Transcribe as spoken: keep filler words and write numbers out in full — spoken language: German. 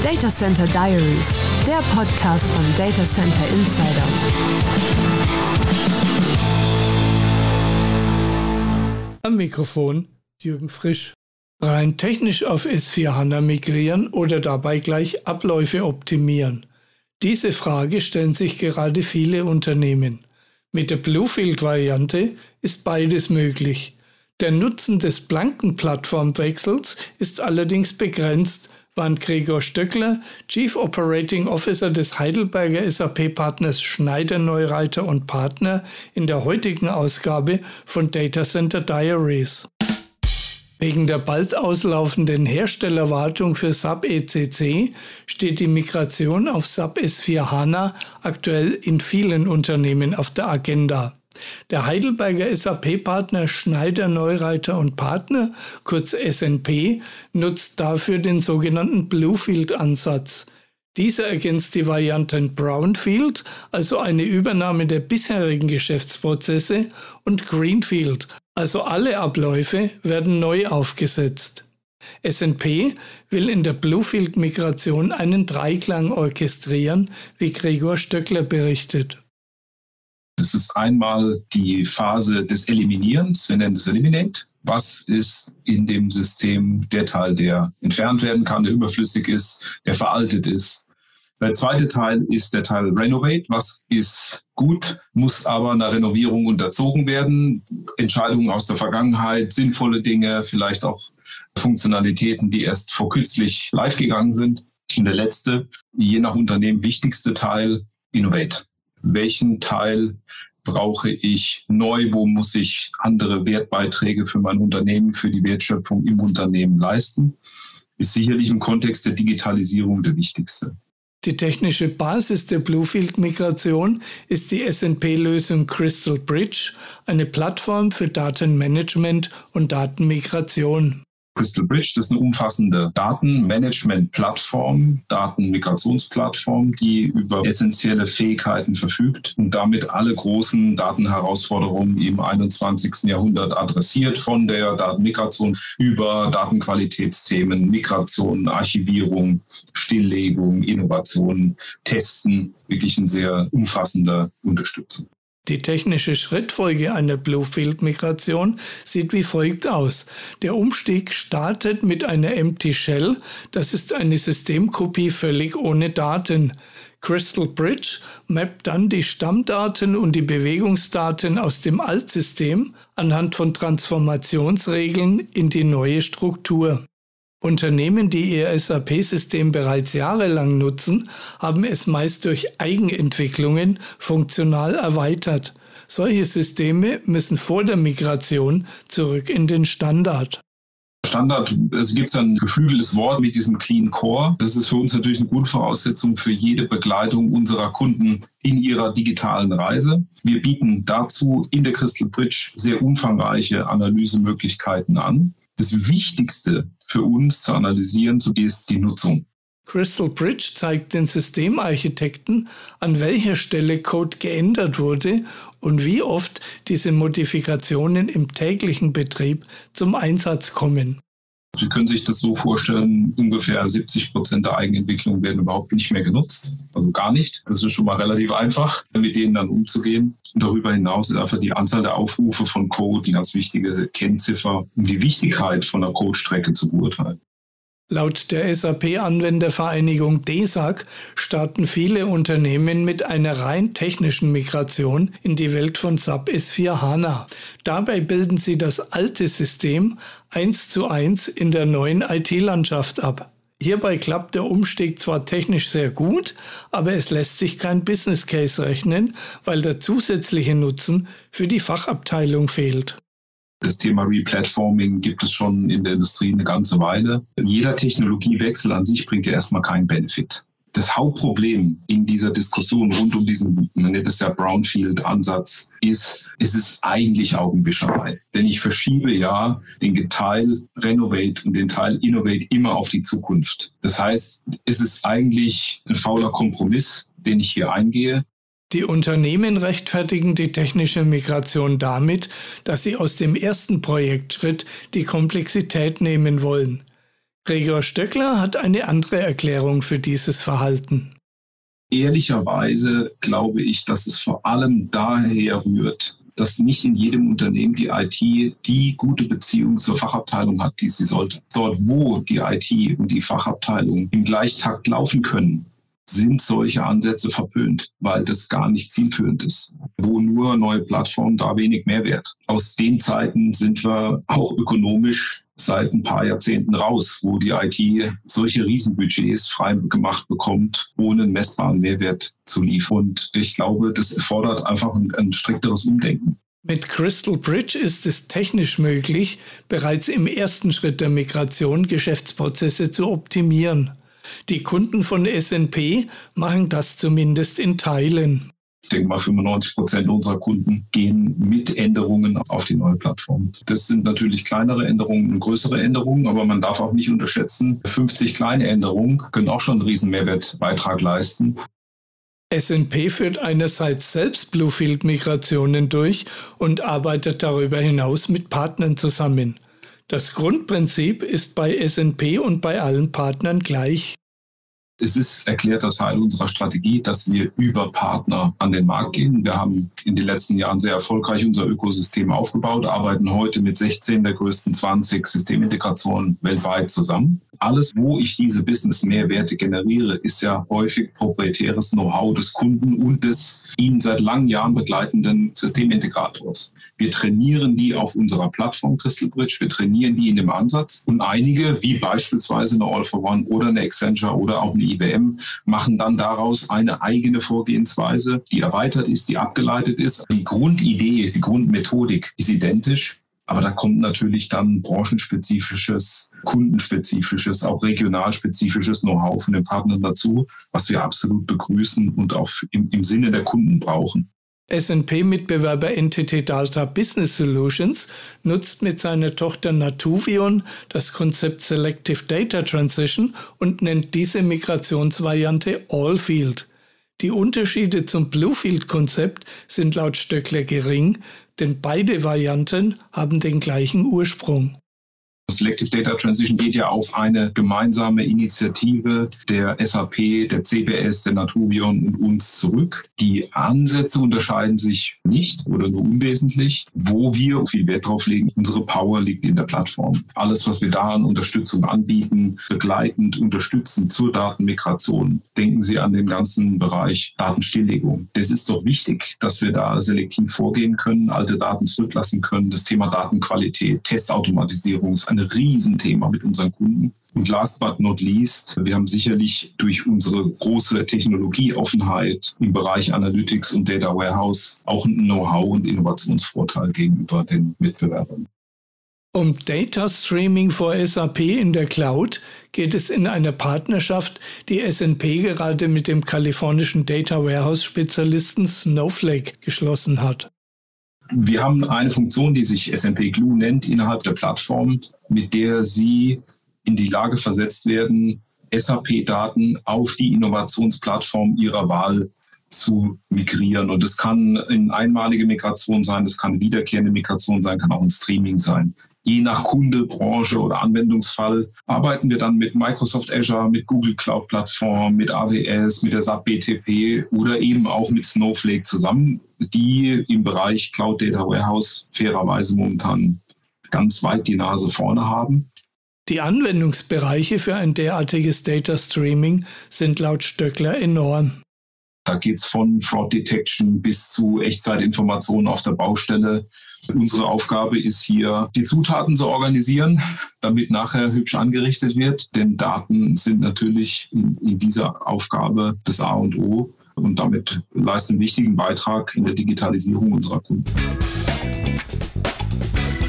Data Center Diaries, der Podcast von Data Center Insider. Am Mikrofon Jürgen Frisch. Rein technisch auf S vier HANA migrieren oder dabei gleich Abläufe optimieren? Diese Frage stellen sich gerade viele Unternehmen. Mit der Bluefield-Variante ist beides möglich. Der Nutzen des blanken Plattformwechsels ist allerdings begrenzt, warnt Gregor Stöckler, Chief Operating Officer des Heidelberger S A P-Partners Schneider Neureither und Partner in der heutigen Ausgabe von Data Center Diaries. Wegen der bald auslaufenden Herstellerwartung für S A P E C C steht die Migration auf S A P S vier HANA aktuell in vielen Unternehmen auf der Agenda. Der Heidelberger S A P-Partner Schneider Neureither und Partner, kurz S N P, nutzt dafür den sogenannten Bluefield-Ansatz. Dieser ergänzt die Varianten Brownfield, also eine Übernahme der bisherigen Geschäftsprozesse, und Greenfield, also alle Abläufe werden neu aufgesetzt. S N P will in der Bluefield-Migration einen Dreiklang orchestrieren, wie Gregor Stöckler berichtet. Das ist einmal die Phase des Eliminierens, wir nennen es Eliminate. Was ist in dem System der Teil, der entfernt werden kann, der überflüssig ist, der veraltet ist? Der zweite Teil ist der Teil Renovate. Was ist gut, muss aber einer Renovierung unterzogen werden? Entscheidungen aus der Vergangenheit, sinnvolle Dinge, vielleicht auch Funktionalitäten, die erst vor kürzlich live gegangen sind. Und der letzte, je nach Unternehmen wichtigste Teil, Innovate. Welchen Teil brauche ich neu? Wo muss ich andere Wertbeiträge für mein Unternehmen, für die Wertschöpfung im Unternehmen leisten? Ist sicherlich im Kontext der Digitalisierung der wichtigste. Die technische Basis der Bluefield-Migration ist die S N P-Lösung Crystal Bridge, eine Plattform für Datenmanagement und Datenmigration. Crystal Bridge, das ist eine umfassende Datenmanagement-Plattform, Datenmigrationsplattform, die über essentielle Fähigkeiten verfügt und damit alle großen Datenherausforderungen im einundzwanzigsten Jahrhundert adressiert, von der Datenmigration über Datenqualitätsthemen, Migration, Archivierung, Stilllegung, Innovation, Testen, wirklich eine sehr umfassende Unterstützung. Die technische Schrittfolge einer Bluefield-Migration sieht wie folgt aus. Der Umstieg startet mit einer Empty Shell, das ist eine Systemkopie völlig ohne Daten. Crystal Bridge mappt dann die Stammdaten und die Bewegungsdaten aus dem Altsystem anhand von Transformationsregeln in die neue Struktur. Unternehmen, die ihr S A P-System bereits jahrelang nutzen, haben es meist durch Eigenentwicklungen funktional erweitert. Solche Systeme müssen vor der Migration zurück in den Standard. Standard, es gibt ein geflügeltes Wort mit diesem Clean Core. Das ist für uns natürlich eine Grundvoraussetzung für jede Begleitung unserer Kunden in ihrer digitalen Reise. Wir bieten dazu in der Crystal Bridge sehr umfangreiche Analysemöglichkeiten an. Das Wichtigste für uns zu analysieren ist die Nutzung. Crystal Bridge zeigt den Systemarchitekten, an welcher Stelle Code geändert wurde und wie oft diese Modifikationen im täglichen Betrieb zum Einsatz kommen. Sie können sich das so vorstellen, ungefähr siebzig Prozent der Eigenentwicklung werden überhaupt nicht mehr genutzt, also gar nicht. Das ist schon mal relativ einfach, mit denen dann umzugehen. Und darüber hinaus ist einfach die Anzahl der Aufrufe von Code die ganz wichtige Kennziffer, um die Wichtigkeit von der Codestrecke zu beurteilen. Laut der S A P-Anwendervereinigung D E S A G starten viele Unternehmen mit einer rein technischen Migration in die Welt von S A P S vier HANA. Dabei bilden sie das alte System eins zu eins in der neuen I T-Landschaft ab. Hierbei klappt der Umstieg zwar technisch sehr gut, aber es lässt sich kein Business Case rechnen, weil der zusätzliche Nutzen für die Fachabteilung fehlt. Das Thema Replatforming gibt es schon in der Industrie eine ganze Weile. Jeder Technologiewechsel an sich bringt ja erstmal keinen Benefit. Das Hauptproblem in dieser Diskussion rund um diesen, man nennt es ja Brownfield-Ansatz, ist, es ist eigentlich Augenwischerei. Denn ich verschiebe ja den Teil Renovate und den Teil Innovate immer auf die Zukunft. Das heißt, es ist eigentlich ein fauler Kompromiss, den ich hier eingehe. Die Unternehmen rechtfertigen die technische Migration damit, dass sie aus dem ersten Projektschritt die Komplexität nehmen wollen. Gregor Stöckler hat eine andere Erklärung für dieses Verhalten. Ehrlicherweise glaube ich, dass es vor allem daher rührt, dass nicht in jedem Unternehmen die I T die gute Beziehung zur Fachabteilung hat, die sie sollte. Dort, wo die I T und die Fachabteilung im Gleichtakt laufen können, sind solche Ansätze verpönt, weil das gar nicht zielführend ist. Wo nur neue Plattformen, da wenig Mehrwert. Aus den Zeiten sind wir auch ökonomisch seit ein paar Jahrzehnten raus, wo die I T solche Riesenbudgets frei gemacht bekommt, ohne einen messbaren Mehrwert zu liefern. Und ich glaube, das erfordert einfach ein, ein strikteres Umdenken. Mit Crystal Bridge ist es technisch möglich, bereits im ersten Schritt der Migration Geschäftsprozesse zu optimieren. Die Kunden von S and P machen das zumindest in Teilen. Ich denke mal, fünfundneunzig Prozent unserer Kunden gehen mit Änderungen auf die neue Plattform. Das sind natürlich kleinere Änderungen und größere Änderungen, aber man darf auch nicht unterschätzen, fünfzig kleine Änderungen können auch schon einen riesen Mehrwertbeitrag leisten. S and P führt einerseits selbst Bluefield-Migrationen durch und arbeitet darüber hinaus mit Partnern zusammen. Das Grundprinzip ist bei S and P und bei allen Partnern gleich. Es ist erklärter Teil unserer Strategie, dass wir über Partner an den Markt gehen. Wir haben in den letzten Jahren sehr erfolgreich unser Ökosystem aufgebaut, arbeiten heute mit sechzehn der größten zwanzig Systemintegrationen weltweit zusammen. Alles, wo ich diese Business-Mehrwerte generiere, ist ja häufig proprietäres Know-how des Kunden und des ihn seit langen Jahren begleitenden Systemintegrators. Wir trainieren die auf unserer Plattform Crystal Bridge, wir trainieren die in dem Ansatz und einige, wie beispielsweise eine All for One oder eine Accenture oder auch eine I B M, machen dann daraus eine eigene Vorgehensweise, die erweitert ist, die abgeleitet ist. Die Grundidee, die Grundmethodik ist identisch, aber da kommt natürlich dann branchenspezifisches, kundenspezifisches, auch regionalspezifisches Know-how von den Partnern dazu, was wir absolut begrüßen und auch im, im Sinne der Kunden brauchen. S and P-Mitbewerber Entity Data Business Solutions nutzt mit seiner Tochter Natuvion das Konzept Selective Data Transition und nennt diese Migrationsvariante Allfield. Die Unterschiede zum Bluefield-Konzept sind laut Stöckler gering, denn beide Varianten haben den gleichen Ursprung. Selective Data Transition geht ja auf eine gemeinsame Initiative der S A P, der C B S, der Natuvion und uns zurück. Die Ansätze unterscheiden sich nicht oder nur unwesentlich. Wo wir viel Wert drauf legen, unsere Power liegt in der Plattform. Alles, was wir da an Unterstützung anbieten, begleitend, unterstützend zur Datenmigration. Denken Sie an den ganzen Bereich Datenstilllegung. Das ist doch wichtig, dass wir da selektiv vorgehen können, alte Daten zurücklassen können. Das Thema Datenqualität, Testautomatisierung ist ein Riesenthema mit unseren Kunden. Und last but not least, wir haben sicherlich durch unsere große Technologieoffenheit im Bereich Analytics und Data Warehouse auch einen Know-how- und Innovationsvorteil gegenüber den Mitbewerbern. Um Data Streaming for S A P in der Cloud geht es in einer Partnerschaft, die S and P gerade mit dem kalifornischen Data Warehouse-Spezialisten Snowflake geschlossen hat. Wir haben eine Funktion, die sich S and P Glue nennt, innerhalb der Plattform, mit der Sie in die Lage versetzt werden, S A P-Daten auf die Innovationsplattform Ihrer Wahl zu migrieren. Und das kann eine einmalige Migration sein, das kann eine wiederkehrende Migration sein, kann auch ein Streaming sein. Je nach Kunde, Branche oder Anwendungsfall arbeiten wir dann mit Microsoft Azure, mit Google Cloud Plattform, mit A W S, mit der S A P B T P oder eben auch mit Snowflake zusammen, die im Bereich Cloud Data Warehouse fairerweise momentan ganz weit die Nase vorne haben. Die Anwendungsbereiche für ein derartiges Data Streaming sind laut Stöckler enorm. Da geht es von Fraud Detection bis zu Echtzeitinformationen auf der Baustelle. Unsere Aufgabe ist hier, die Zutaten zu organisieren, damit nachher hübsch angerichtet wird. Denn Daten sind natürlich in, in dieser Aufgabe das A und O und damit leisten einen wichtigen Beitrag in der Digitalisierung unserer Kunden.